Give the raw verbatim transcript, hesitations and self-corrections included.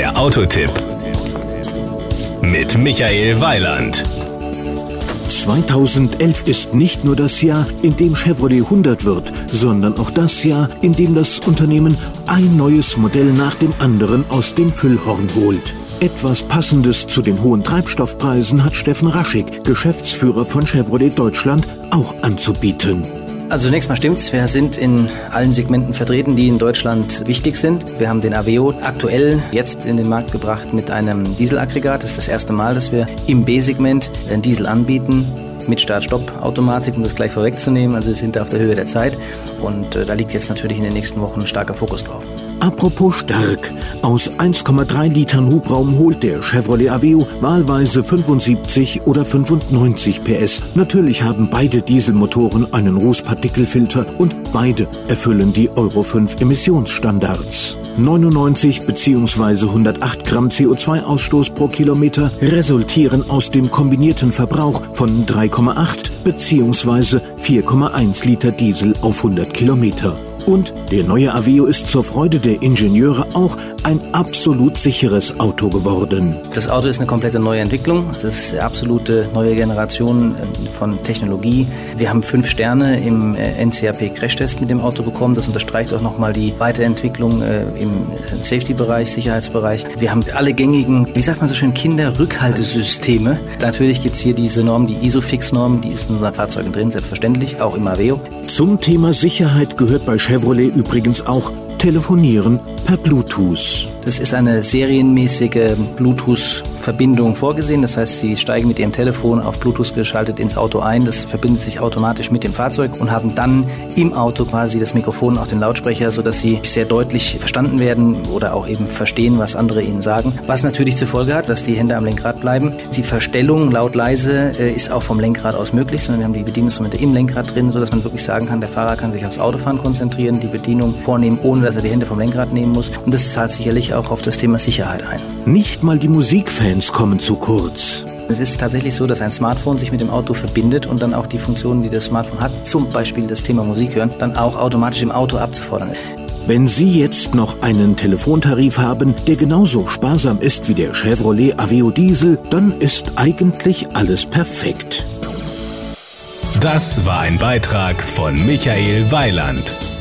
Der Autotipp mit Michael Weiland. zweitausendelf ist nicht nur das Jahr, in dem Chevrolet hundert wird, sondern auch das Jahr, in dem das Unternehmen ein neues Modell nach dem anderen aus dem Füllhorn holt. Etwas Passendes zu den hohen Treibstoffpreisen hat Steffen Raschig, Geschäftsführer von Chevrolet Deutschland, auch anzubieten. Also zunächst mal stimmt's, wir sind in allen Segmenten vertreten, die in Deutschland wichtig sind. Wir haben den Aveo aktuell jetzt in den Markt gebracht mit einem Dieselaggregat. Das ist das erste Mal, dass wir im B-Segment einen Diesel anbieten mit Start-Stopp-Automatik, um das gleich vorwegzunehmen. Also wir sind da auf der Höhe der Zeit und äh, da liegt jetzt natürlich in den nächsten Wochen ein starker Fokus drauf. Apropos stark, aus eins Komma drei Litern Hubraum holt der Chevrolet Aveo wahlweise fünfundsiebzig oder fünfundneunzig P S. Natürlich haben beide Dieselmotoren einen Rußpartikelfilter und beide erfüllen die Euro fünf Emissionsstandards. neunundneunzig bzw. hundertacht Gramm C O zwei Ausstoß pro Kilometer resultieren aus dem kombinierten Verbrauch von drei Komma acht bzw. vier Komma eins Liter Diesel auf hundert Kilometer. Und der neue Aveo ist zur Freude der Ingenieure auch ein absolut sicheres Auto geworden. Das Auto ist eine komplette neue Entwicklung. Das ist eine absolute neue Generation von Technologie. Wir haben fünf Sterne im N C A P-Crashtest mit dem Auto bekommen. Das unterstreicht auch nochmal die Weiterentwicklung im Safety-Bereich, Sicherheitsbereich. Wir haben alle gängigen, wie sagt man so schön, Kinderrückhaltesysteme. Natürlich gibt es hier diese Norm, die ISOFIX-Norm, die ist in unseren Fahrzeugen drin, selbstverständlich, auch im Aveo. Zum Thema Sicherheit gehört bei Chevrolet übrigens auch Telefonieren per Bluetooth. Das ist eine serienmäßige Bluetooth-Verbindung vorgesehen. Das heißt, Sie steigen mit Ihrem Telefon auf Bluetooth geschaltet ins Auto ein. Das verbindet sich automatisch mit dem Fahrzeug und haben dann im Auto quasi das Mikrofon, auch den Lautsprecher, sodass Sie sehr deutlich verstanden werden oder auch eben verstehen, was andere Ihnen sagen. Was natürlich zur Folge hat, dass die Hände am Lenkrad bleiben. Die Verstellung laut leise ist auch vom Lenkrad aus möglich, sondern wir haben die Bedienungsinstrumente im Lenkrad drin, sodass man wirklich sagen kann, der Fahrer kann sich aufs Autofahren konzentrieren, die Bedienung vornehmen, ohne dass er die Hände vom Lenkrad nehmen muss. Und das zahlt sicherlich auch auf das Thema Sicherheit ein. Nicht mal die Musikfans kommen zu kurz. Es ist tatsächlich so, dass ein Smartphone sich mit dem Auto verbindet und dann auch die Funktionen, die das Smartphone hat, zum Beispiel das Thema Musik hören, dann auch automatisch im Auto abzufordern. Wenn Sie jetzt noch einen Telefontarif haben, der genauso sparsam ist wie der Chevrolet Aveo Diesel, dann ist eigentlich alles perfekt. Das war ein Beitrag von Michael Weiland.